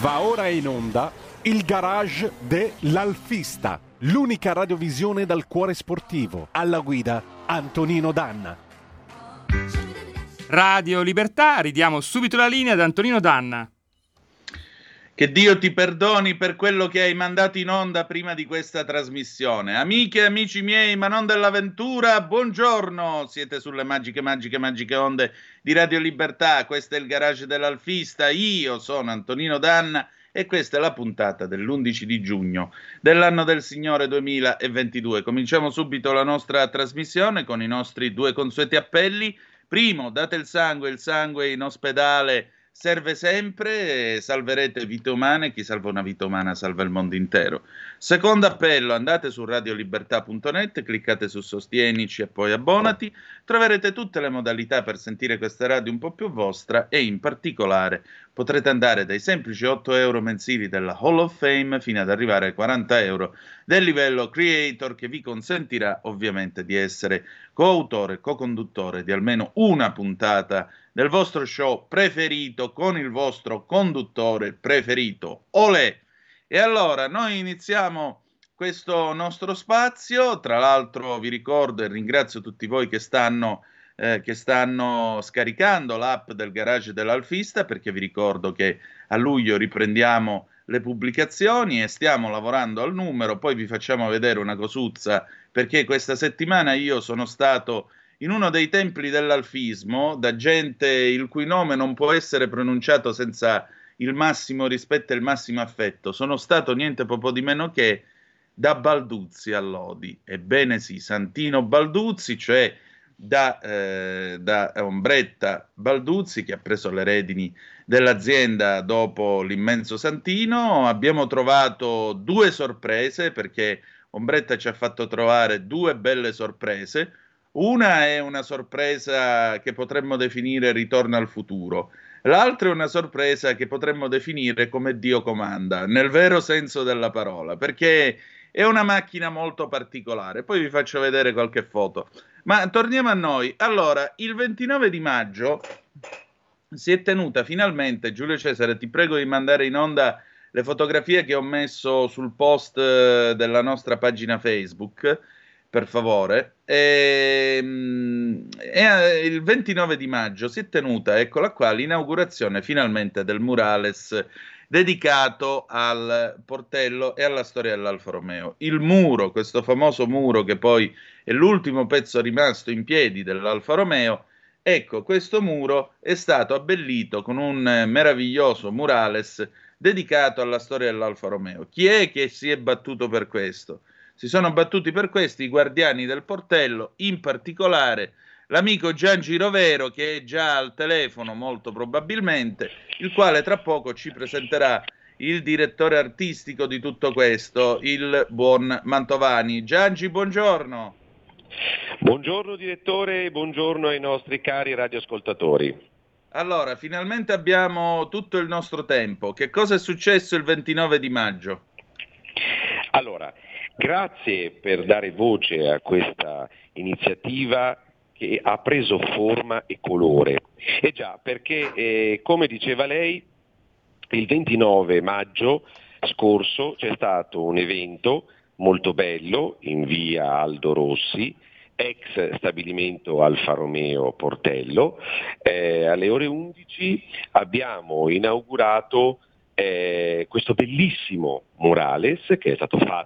Va ora in onda il garage dell'Alfista, l'unica radiovisione dal cuore sportivo. Alla guida Antonino Danna. Radio Libertà, ridiamo subito la linea ad Antonino Danna. Che Dio ti perdoni per quello che hai mandato in onda prima di questa trasmissione. Amiche e amici miei, ma non dell'avventura, buongiorno. Siete sulle magiche onde di Radio Libertà. Questo è il garage dell'Alfista. Io sono Antonino Danna e questa è la puntata dell'11 di giugno dell'anno del Signore 2022. Cominciamo subito la nostra trasmissione con i nostri due consueti appelli. Primo, date il sangue in ospedale serve sempre, salverete vite umane, chi salva una vita umana salva il mondo intero. Secondo appello, andate su radiolibertà.net, cliccate su Sostienici e poi abbonati, troverete tutte le modalità per sentire questa radio un po' più vostra e in particolare potrete andare dai semplici 8 euro mensili della Hall of Fame fino ad arrivare ai 40 euro del livello Creator, che vi consentirà ovviamente di essere coautore, co-conduttore di almeno una puntata del vostro show preferito con il vostro conduttore preferito. Olè! E allora noi iniziamo questo nostro spazio. Tra l'altro vi ricordo e ringrazio tutti voi che stanno scaricando l'app del garage dell'Alfista, perché vi ricordo che a luglio riprendiamo le pubblicazioni e stiamo lavorando al numero. Poi vi facciamo vedere una cosuzza, perché questa settimana io sono stato in uno dei templi dell'alfismo, da gente il cui nome non può essere pronunciato senza il massimo rispetto e il massimo affetto. Sono stato niente po' di meno che da Balduzzi a Lodi. Ebbene sì, Santino Balduzzi, cioè da Ombretta Balduzzi, che ha preso le redini dell'azienda dopo l'immenso Santino. Abbiamo trovato due sorprese, perché Ombretta ci ha fatto trovare due belle sorprese. Una è una sorpresa che potremmo definire ritorno al futuro, l'altra è una sorpresa che potremmo definire come Dio comanda, nel vero senso della parola, perché è una macchina molto particolare. Poi vi faccio vedere qualche foto. Ma torniamo a noi. Allora, il 29 di maggio si è tenuta finalmente, Giulio Cesare, ti prego di mandare in onda le fotografie che ho messo sul post della nostra pagina Facebook, per favore. Il 29 di maggio si è tenuta, eccola qua, l'inaugurazione finalmente del murales dedicato al portello e alla storia dell'Alfa Romeo. Il muro, questo famoso muro che poi è l'ultimo pezzo rimasto in piedi dell'Alfa Romeo, ecco, questo muro è stato abbellito con un meraviglioso murales dedicato alla storia dell'Alfa Romeo. Chi è che si è battuto per questo? Si sono battuti per questo i guardiani del portello, in particolare l'amico Gian Girovero, che è già al telefono molto probabilmente, il quale tra poco ci presenterà il direttore artistico di tutto questo, il buon Mantovani. Giangi, buongiorno. Buongiorno direttore, buongiorno ai nostri cari radioascoltatori. Allora, finalmente abbiamo tutto il nostro tempo. Che cosa è successo il 29 di maggio? Allora, grazie per dare voce a questa iniziativa che ha preso forma e colore. E già, perché come diceva lei, il 29 maggio scorso c'è stato un evento molto bello in via Aldo Rossi, ex stabilimento Alfa Romeo Portello. Alle ore 11 abbiamo inaugurato questo bellissimo murales che è stato fatto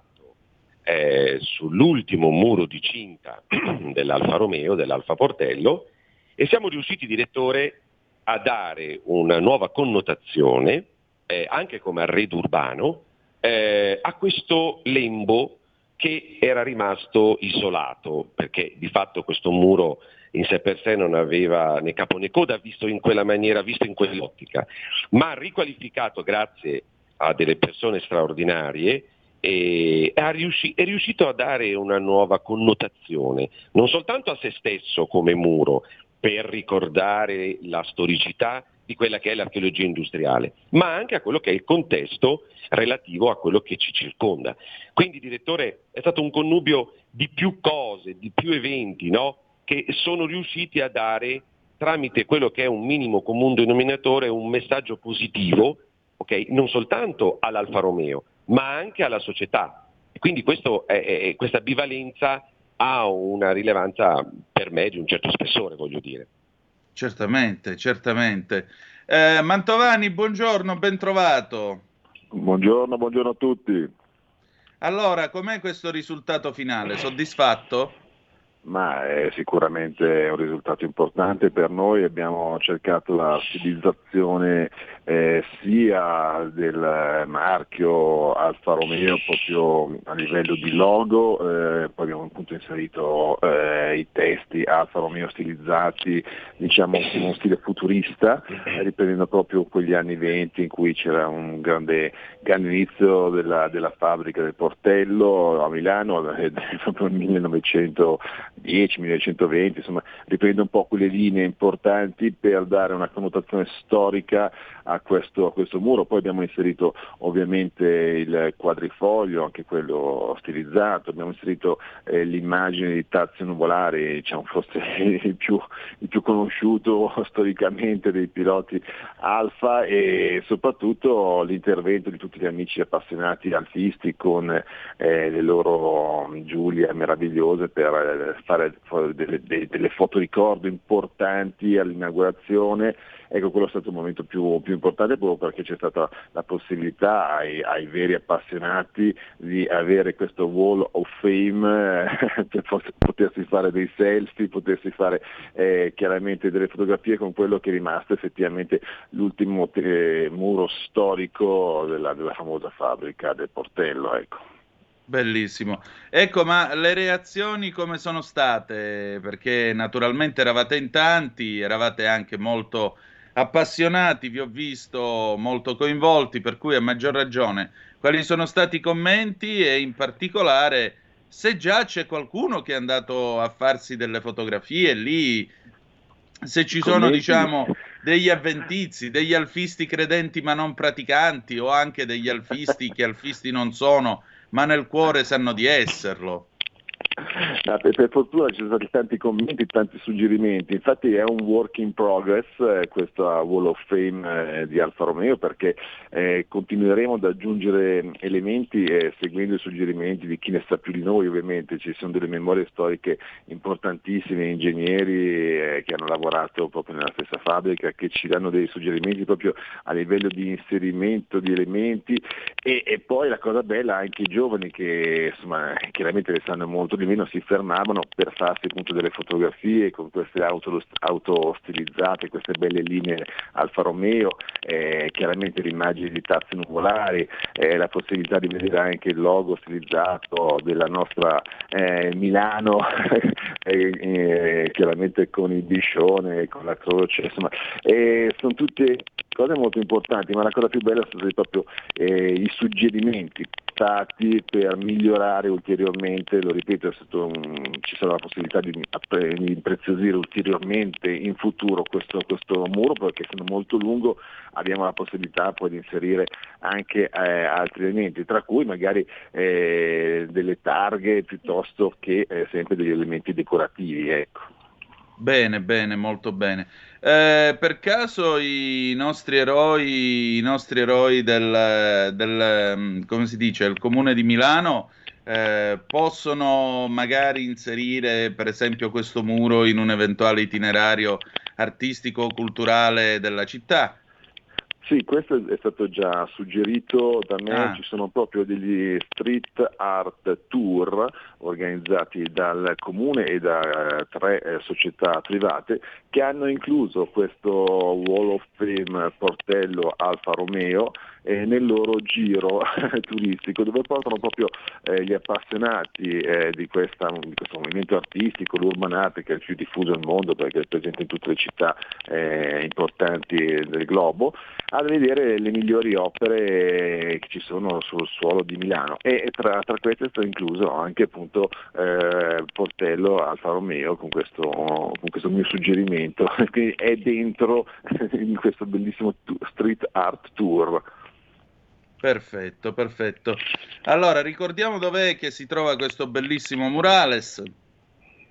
sull'ultimo muro di cinta dell'Alfa Romeo, dell'Alfa Portello, e siamo riusciti, direttore, a dare una nuova connotazione, anche come arredo urbano, a questo lembo che era rimasto isolato, perché di fatto questo muro in sé per sé non aveva né capo né coda, visto in quella maniera, visto in quell'ottica, ma riqualificato grazie a delle persone straordinarie, è riuscito a dare una nuova connotazione, non soltanto a se stesso come muro, per ricordare la storicità di quella che è l'archeologia industriale, ma anche a quello che è il contesto relativo a quello che ci circonda. Quindi, direttore, è stato un connubio di più cose, di più eventi, no? Che sono riusciti a dare, tramite quello che è un minimo comune denominatore, un messaggio positivo ok? Non soltanto all'Alfa Romeo, ma anche alla società. E quindi questa bivalenza ha una rilevanza per me di un certo spessore, voglio dire. Certamente, certamente. Mantovani, buongiorno, ben trovato. Buongiorno a tutti. Allora, com'è questo risultato finale? Soddisfatto? Ma è sicuramente un risultato importante per noi. Abbiamo cercato la stilizzazione sia del marchio Alfa Romeo proprio a livello di logo, poi abbiamo appunto inserito i testi Alfa Romeo stilizzati, diciamo in uno stile futurista, riprendendo proprio quegli anni 20 in cui c'era un grande inizio della fabbrica del Portello a Milano, proprio nel 1910-1920, insomma, riprende un po' quelle linee importanti per dare una connotazione storica a questo muro. Poi abbiamo inserito ovviamente il quadrifoglio, anche quello stilizzato, abbiamo inserito l'immagine di Tazio Nuvolari, diciamo forse il più conosciuto storicamente dei piloti Alfa, e soprattutto l'intervento di tutti gli amici appassionati alfisti con le loro Giulie meravigliose per fare delle fotoricordo importanti all'inaugurazione. Ecco, quello è stato il momento più importante, proprio perché c'è stata la possibilità ai veri appassionati di avere questo Wall of Fame per potersi fare dei selfie, potersi fare chiaramente delle fotografie con quello che è rimasto effettivamente l'ultimo muro storico della famosa fabbrica del Portello. Ecco. Bellissimo. Ecco, ma le reazioni come sono state? Perché naturalmente eravate in tanti, eravate anche molto appassionati, vi ho visto molto coinvolti, per cui a maggior ragione, quali sono stati i commenti e in particolare se già c'è qualcuno che è andato a farsi delle fotografie lì, se ci sono, diciamo, degli avventizi, degli alfisti credenti ma non praticanti o anche degli alfisti che alfisti non sono ma nel cuore sanno di esserlo. Per fortuna ci sono stati tanti commenti, tanti suggerimenti, infatti è un work in progress questa Wall of Fame di Alfa Romeo, perché continueremo ad aggiungere elementi seguendo i suggerimenti di chi ne sa più di noi. Ovviamente ci sono delle memorie storiche importantissime, ingegneri che hanno lavorato proprio nella stessa fabbrica, che ci danno dei suggerimenti proprio a livello di inserimento di elementi, e poi la cosa bella, anche i giovani che insomma chiaramente ne sanno molto di meno si fermavano per farsi appunto delle fotografie con queste auto stilizzate, queste belle linee Alfa Romeo, chiaramente le immagini di Tazio Nuvolari, la possibilità di vedere anche il logo stilizzato della nostra Milano, chiaramente con il biscione, con la croce, insomma, sono tutte cose molto importanti, ma la cosa più bella sono stati proprio i suggerimenti stati per migliorare ulteriormente, lo ripeto, ci sarà la possibilità di impreziosire ulteriormente in futuro questo muro, perché essendo molto lungo abbiamo la possibilità poi di inserire anche altri elementi, tra cui magari delle targhe piuttosto che sempre degli elementi decorativi, ecco. Bene, bene, molto bene. Per caso i nostri eroi del come si dice, il Comune di Milano, possono magari inserire, per esempio, questo muro in un eventuale itinerario artistico o culturale della città? Sì, questo è stato già suggerito da me, ci sono proprio degli street art tour organizzati dal Comune e da 3 società private che hanno incluso questo Wall of Fame Portello Alfa Romeo nel loro giro turistico, dove portano proprio gli appassionati di questo movimento artistico, l'urban art, che è il più diffuso al mondo perché è presente in tutte le città importanti del globo, a vedere le migliori opere che ci sono sul suolo di Milano, e tra queste è stato incluso anche appunto Portello Alfa Romeo con questo mio suggerimento che è dentro in questo bellissimo street art tour. Perfetto, perfetto. Allora, ricordiamo dov'è che si trova questo bellissimo murales.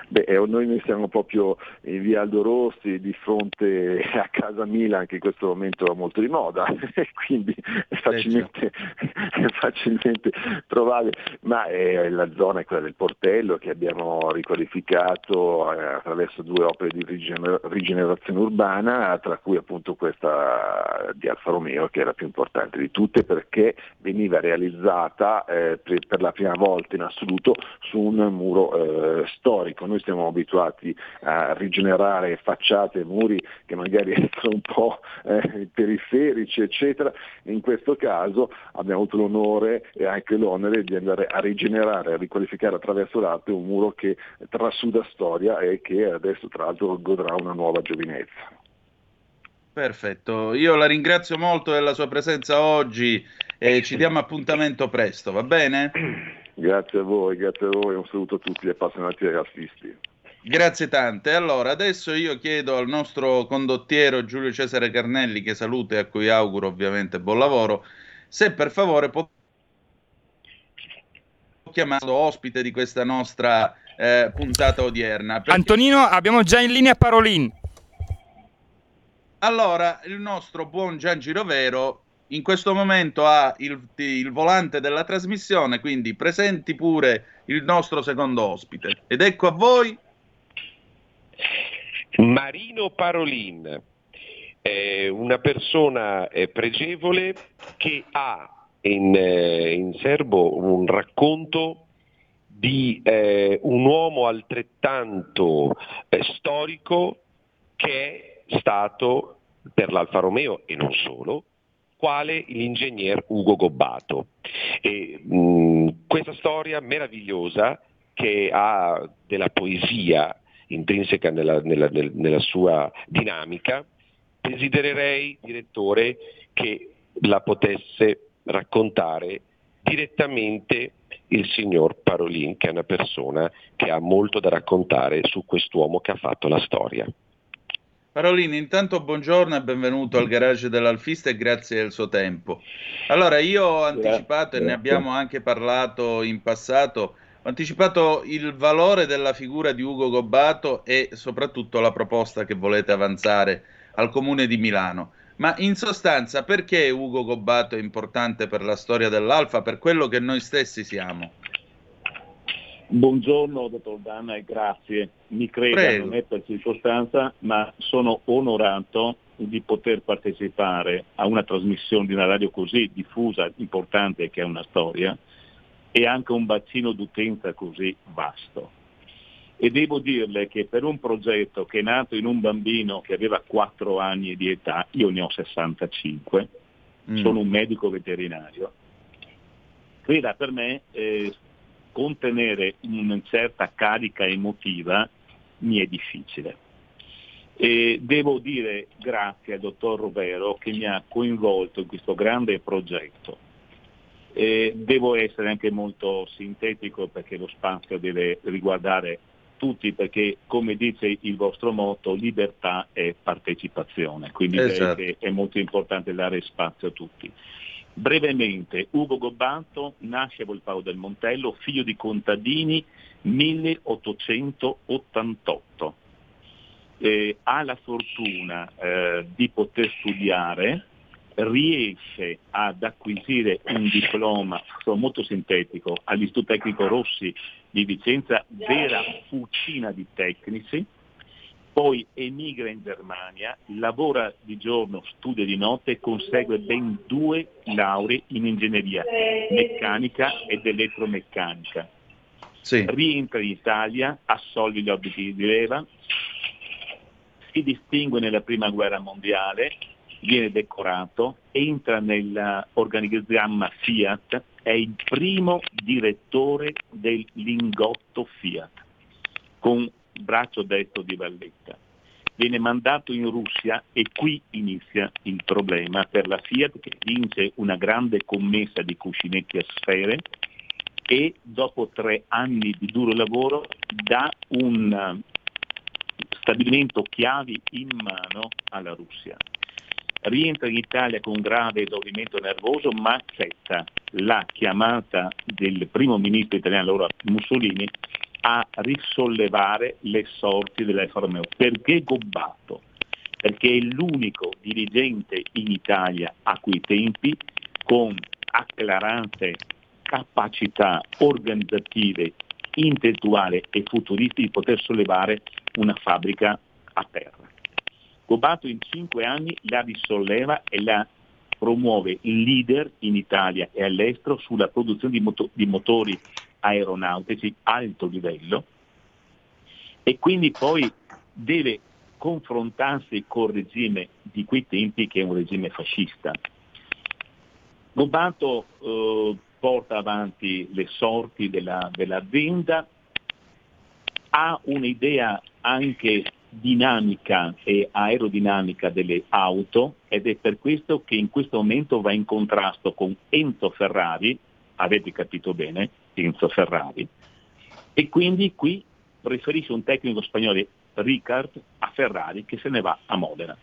Noi siamo proprio in via Aldo Rossi, di fronte a casa Milan, che in questo momento è molto di moda, quindi è facilmente trovabile, ma la zona è quella del Portello, che abbiamo riqualificato attraverso 2 opere di rigenerazione urbana, tra cui appunto questa di Alfa Romeo, che è la più importante di tutte, perché veniva realizzata per la prima volta in assoluto su un muro storico. Noi siamo abituati a rigenerare facciate e muri che magari sono un po' periferici, eccetera. In questo caso abbiamo avuto l'onore e anche l'onere di andare a rigenerare, a riqualificare attraverso l'arte un muro che trasuda storia e che adesso tra l'altro godrà una nuova giovinezza. Perfetto, io la ringrazio molto della sua presenza oggi e ci diamo appuntamento presto, va bene? Grazie a voi, un saluto a tutti gli appassionati e artisti. Grazie tante. Allora, adesso io chiedo al nostro condottiero Giulio Cesare Carnelli, che saluto e a cui auguro ovviamente buon lavoro, se per favore può chiamare ospite di questa nostra puntata odierna. Antonino, abbiamo già in linea Parolin. Allora, il nostro buon Gian Girovero in questo momento ha il volante della trasmissione, quindi presenti pure il nostro secondo ospite. Ed ecco a voi Marino Parolin, una persona pregevole che ha in serbo un racconto di un uomo altrettanto storico che è stato per l'Alfa Romeo e non solo, quale l'ingegner Ugo Gobbato. Questa storia meravigliosa che ha della poesia intrinseca nella sua dinamica, desidererei, direttore, che la potesse raccontare direttamente il signor Parolin, che è una persona che ha molto da raccontare su quest'uomo che ha fatto la storia. Parolin, intanto buongiorno e benvenuto al garage dell'Alfista e grazie del suo tempo. Allora, io ho anticipato e ne abbiamo anche parlato in passato, ho anticipato il valore della figura di Ugo Gobbato e soprattutto la proposta che volete avanzare al Comune di Milano. Ma in sostanza, perché Ugo Gobbato è importante per la storia dell'Alfa, per quello che noi stessi siamo? Buongiorno dottor Danna e grazie. Mi creda, non è per circostanza, ma sono onorato di poter partecipare a una trasmissione di una radio così diffusa, importante, che è una storia, e anche un bacino d'utenza così vasto. E devo dirle che per un progetto che è nato in un bambino che aveva 4 anni di età, io ne ho 65, sono un medico veterinario, creda, per me contenere una certa carica emotiva mi è difficile. E devo dire grazie al dottor Rovero che mi ha coinvolto in questo grande progetto. Devo essere anche molto sintetico perché lo spazio deve riguardare tutti, perché come dice il vostro motto, libertà e partecipazione, quindi direi che è molto importante dare spazio a tutti. Brevemente, Ugo Gobbato nasce a Volpao del Montello, figlio di contadini, 1888. Ha la fortuna di poter studiare, riesce ad acquisire un diploma, sono molto sintetico, all'Istituto Tecnico Rossi di Vicenza, vera fucina di tecnici, poi emigra in Germania, lavora di giorno, studia di notte e consegue ben 2 lauree in ingegneria meccanica ed elettromeccanica. Rientra in Italia, assolve gli obblighi di leva, si distingue nella prima guerra mondiale, viene decorato, entra nell'organigramma Fiat, è il primo direttore del lingotto Fiat, con braccio destro di Valletta. Viene mandato in Russia e qui inizia il problema per la Fiat, che vince una grande commessa di cuscinetti a sfere e dopo 3 anni di duro lavoro dà un stabilimento chiavi in mano alla Russia. Rientra in Italia con grave esaurimento nervoso, ma accetta la chiamata del primo ministro italiano, allora Mussolini, a risollevare le sorti dell'Alfa Romeo. Perché Gobbato? Perché è l'unico dirigente in Italia a quei tempi con acclarante capacità organizzative, intellettuale e futuristi di poter sollevare una fabbrica a terra. Gobbato in 5 anni la risolleva e la promuove leader in Italia e all'estero sulla produzione di motori aeronautici alto livello, e quindi poi deve confrontarsi col regime di quei tempi, che è un regime fascista. Gobbato porta avanti le sorti dell'azienda, ha un'idea anche dinamica e aerodinamica delle auto, ed è per questo che in questo momento va in contrasto con Enzo Ferrari, avete capito bene, Enzo Ferrari, e quindi qui preferisce un tecnico spagnolo, Ricard, a Ferrari, che se ne va a Modena.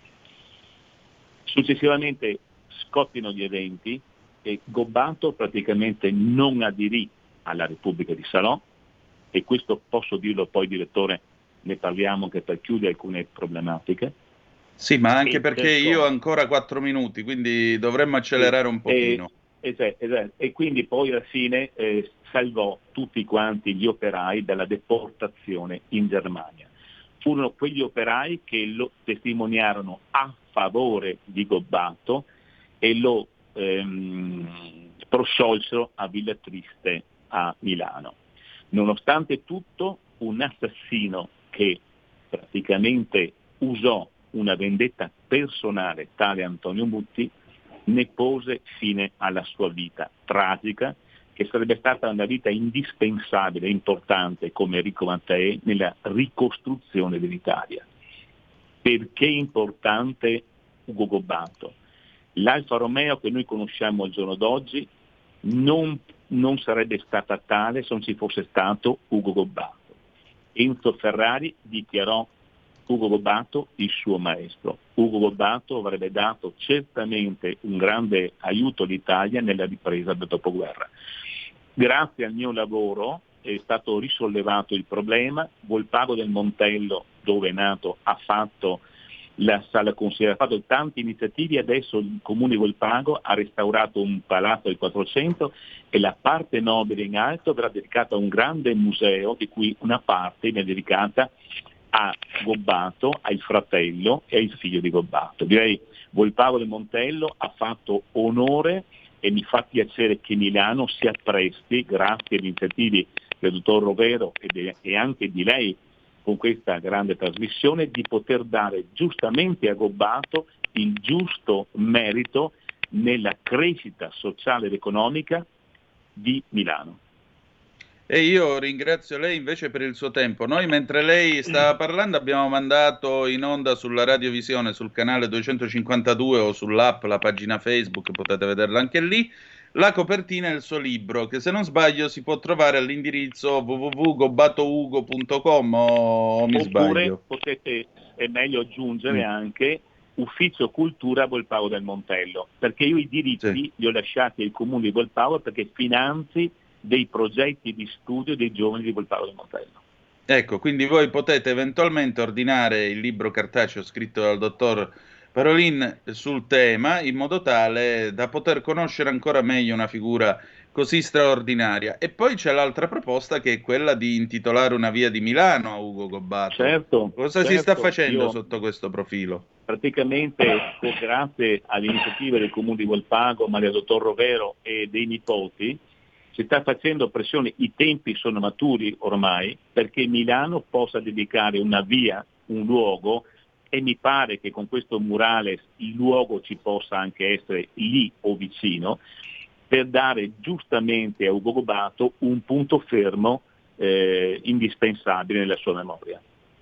Successivamente scoppino gli eventi e Gobbato praticamente non aderì alla Repubblica di Salò, e questo posso dirlo poi, direttore, ne parliamo anche per chiudere alcune problematiche. Sì, ma anche perché io ho ancora 4 minuti, quindi dovremmo accelerare un pochino. Esatto. E quindi poi alla fine salvò tutti quanti gli operai dalla deportazione in Germania. Furono quegli operai che lo testimoniarono a favore di Gobbato e lo prosciolsero a Villa Triste a Milano. Nonostante tutto, un assassino che praticamente usò una vendetta personale, tale Antonio Mutti, ne pose fine alla sua vita tragica, che sarebbe stata una vita indispensabile, importante, come Enrico Mattei, nella ricostruzione dell'Italia. Perché è importante Ugo Gobbato? L'Alfa Romeo che noi conosciamo al giorno d'oggi non sarebbe stata tale se non ci fosse stato Ugo Gobbato. Enzo Ferrari dichiarò Ugo Gobbato il suo maestro. Ugo Gobbato avrebbe dato certamente un grande aiuto all'Italia nella ripresa del dopoguerra. Grazie al mio lavoro è stato risollevato il problema. Volpago del Montello, dove è nato, ha fatto la sala consigliere, ha fatto tante iniziative. Adesso il comune di Volpago ha restaurato un palazzo del 400 e la parte nobile in alto verrà dedicata a un grande museo, di cui una parte viene dedicata a Gobbato, al fratello e al figlio di Gobbato. Direi Volpago del Montello ha fatto onore, e mi fa piacere che Milano si appresti, grazie agli iniziativi del dottor Rovero e anche di lei con questa grande trasmissione, di poter dare giustamente a Gobbato il giusto merito nella crescita sociale ed economica di Milano. E io ringrazio lei invece per il suo tempo. Noi, mentre lei stava parlando, abbiamo mandato in onda sulla radiovisione, sul canale 252 o sull'app, la pagina Facebook, potete vederla anche lì, la copertina del suo libro, che se non sbaglio si può trovare all'indirizzo www.gobbatougo.com, o mi sbaglio? Oppure potete, è meglio aggiungere anche Ufficio Cultura Volpago del Montello, perché io i diritti li ho lasciati al comune di Volpago perché finanzi dei progetti di studio dei giovani di Volpago del Montello. Ecco, quindi voi potete eventualmente ordinare il libro cartaceo scritto dal dottor Parolin sul tema, in modo tale da poter conoscere ancora meglio una figura così straordinaria. E poi c'è l'altra proposta, che è quella di intitolare una via di Milano a Ugo Gobbato. Certo. Cosa si sta facendo sotto questo profilo? Praticamente, grazie alle iniziative del comune di Volpago, ma del dottor Rovero e dei nipoti, si sta facendo pressione, i tempi sono maturi ormai, perché Milano possa dedicare una via, un luogo, e mi pare che con questo murales il luogo ci possa anche essere lì o vicino, per dare giustamente a Ugo Gobbato un punto fermo indispensabile nella sua memoria.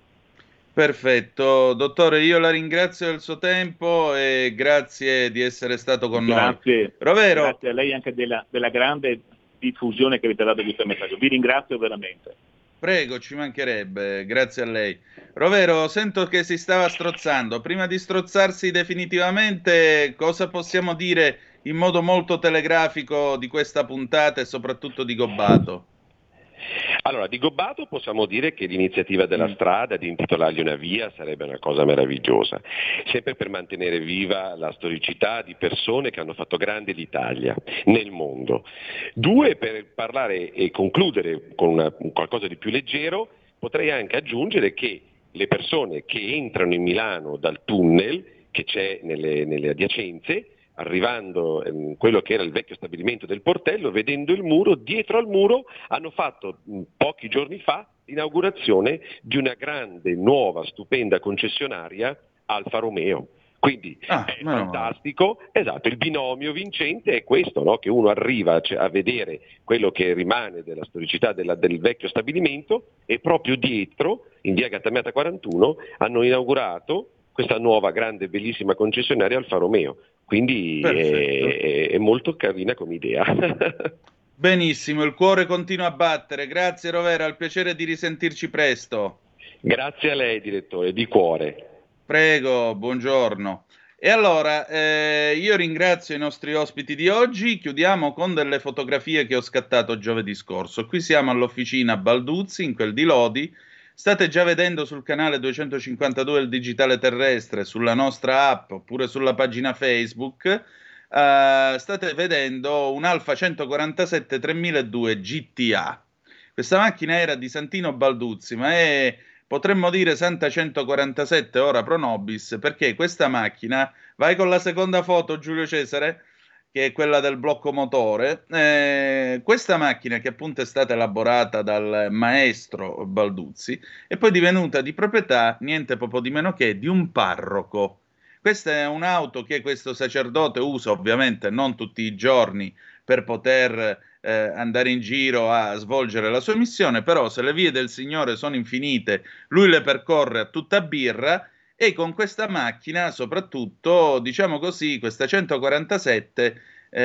Perfetto, dottore, io la ringrazio del suo tempo e grazie di essere stato con noi. Rovero. Grazie a lei anche della grande diffusione che avete dato di questo messaggio. Vi ringrazio veramente. Prego, ci mancherebbe, grazie a lei. Rovero, sento che si stava strozzando. Prima di strozzarsi definitivamente, cosa possiamo dire in modo molto telegrafico di questa puntata e soprattutto di Gobbato? Allora, di Gobbato possiamo dire che l'iniziativa della strada di intitolargli una via sarebbe una cosa meravigliosa, sempre per mantenere viva la storicità di persone che hanno fatto grande l'Italia nel mondo. 2, per parlare e concludere con qualcosa di più leggero, potrei anche aggiungere che le persone che entrano in Milano dal tunnel che c'è nelle adiacenze, arrivando in quello che era il vecchio stabilimento del Portello, vedendo il muro, dietro al muro hanno fatto pochi giorni fa l'inaugurazione di una grande, nuova, stupenda concessionaria Alfa Romeo. Quindi è fantastico, esatto, il binomio vincente è questo, no? Che uno arriva a vedere quello che rimane della storicità del vecchio stabilimento, e proprio dietro, in via Gattameata 41, hanno inaugurato questa nuova, grande, bellissima concessionaria Alfa Romeo. Quindi è molto carina come idea. Benissimo, il cuore continua a battere. Grazie Rovera, al piacere di risentirci presto. Grazie a lei, direttore, di cuore. Prego, buongiorno. E allora, io ringrazio i nostri ospiti di oggi. Chiudiamo con delle fotografie che ho scattato giovedì scorso. Qui siamo all'officina Balduzzi, in quel di Lodi. State già vedendo sul canale 252 il Digitale Terrestre, sulla nostra app oppure sulla pagina Facebook, state vedendo un Alfa 147 3002 GTA. Questa macchina era di Santino Balduzzi, ma è, potremmo dire, Santa 147 ora pro nobis, perché questa macchina, vai con la seconda foto Giulio Cesare, che è quella del blocco motore, questa macchina, che appunto è stata elaborata dal maestro Balduzzi, è poi divenuta di proprietà niente proprio di meno che di un parroco. Questa è un'auto che questo sacerdote usa ovviamente non tutti i giorni per poter andare in giro a svolgere la sua missione, però se le vie del Signore sono infinite, lui le percorre a tutta birra. E con questa macchina, soprattutto, diciamo così, questa 147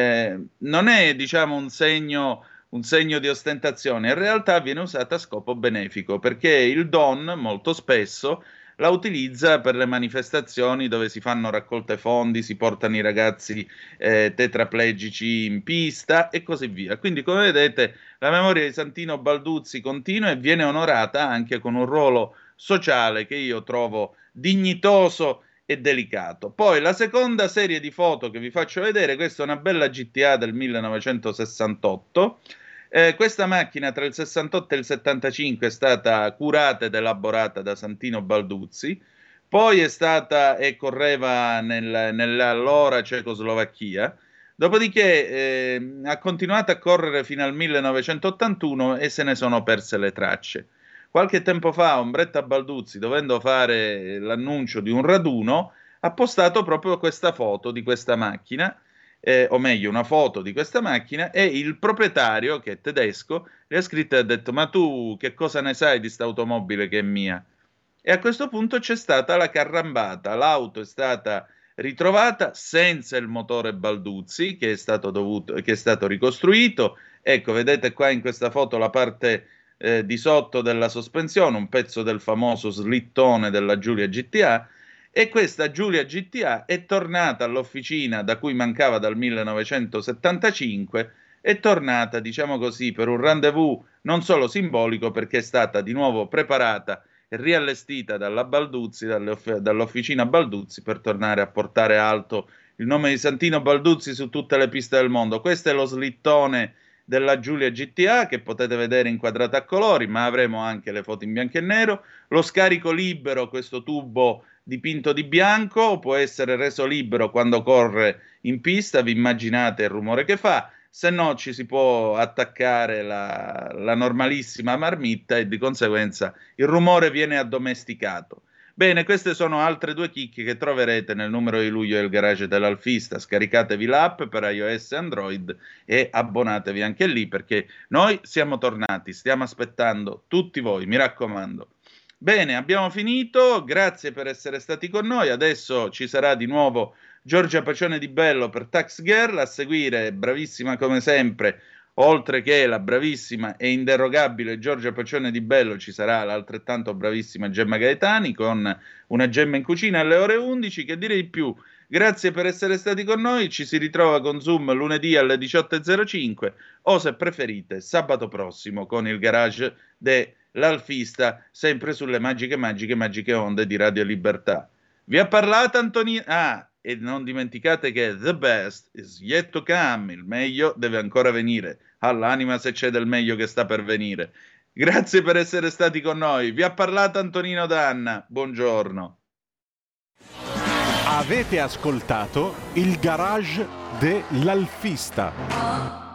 non è, diciamo, un segno di ostentazione, in realtà viene usata a scopo benefico, perché il Don molto spesso la utilizza per le manifestazioni dove si fanno raccolte fondi, si portano i ragazzi tetraplegici in pista e così via. Quindi, come vedete, la memoria di Santino Balduzzi continua e viene onorata anche con un ruolo sociale che io trovo dignitoso e delicato. Poi la seconda serie di foto che vi faccio vedere, questa è una bella GTA del 1968. Questa macchina tra il 68 e il 75 è stata curata ed elaborata da Santino Balduzzi, poi è stata e correva nell'allora Cecoslovacchia, dopodiché ha continuato a correre fino al 1981 e se ne sono perse le tracce. Qualche tempo fa Ombretta Balduzzi, dovendo fare l'annuncio di un raduno, ha postato proprio questa foto di questa macchina, o meglio una foto di questa macchina, e il proprietario, che è tedesco, le ha scritto e ha detto: ma tu che cosa ne sai di sta automobile che è mia? E a questo punto c'è stata la carrambata, l'auto è stata ritrovata senza il motore Balduzzi, che è stato ricostruito. Ecco, vedete qua in questa foto la parte di sotto della sospensione, un pezzo del famoso slittone della Giulia GTA, e questa Giulia GTA è tornata all'officina da cui mancava dal 1975, è tornata, diciamo così, per un rendezvous non solo simbolico, perché è stata di nuovo preparata e riallestita dalla Balduzzi, dall'officina Balduzzi, per tornare a portare alto il nome di Santino Balduzzi su tutte le piste del mondo. Questo è lo slittone della Giulia GTA, che potete vedere inquadrata a colori, ma avremo anche le foto in bianco e nero. Lo scarico libero, questo tubo dipinto di bianco, può essere reso libero quando corre in pista, vi immaginate il rumore che fa, se no ci si può attaccare la normalissima marmitta e di conseguenza il rumore viene addomesticato. Bene, queste sono altre due chicche che troverete nel numero di luglio del garage dell'Alfista. Scaricatevi l'app per iOS e Android e abbonatevi anche lì, perché noi siamo tornati, stiamo aspettando tutti voi, mi raccomando. Bene, abbiamo finito, grazie per essere stati con noi. Adesso ci sarà di nuovo Giorgia Pacione di Bello per Tax Girl, a seguire, bravissima come sempre, oltre che la bravissima e inderogabile Giorgia Pacione di Bello, ci sarà l'altrettanto bravissima Gemma Gaetani con Una Gemma in cucina alle ore 11. Che dire di più? Grazie per essere stati con noi, ci si ritrova con Zoom lunedì alle 18.05 o se preferite sabato prossimo con il garage dell'Alfista, sempre sulle magiche onde di Radio Libertà. Vi ha parlato Antonino... e non dimenticate che the best is yet to come, il meglio deve ancora venire, all'anima se c'è del meglio che sta per venire. Grazie per essere stati con noi, vi ha parlato Antonino Danna, buongiorno. Avete ascoltato il garage dell'Alfista.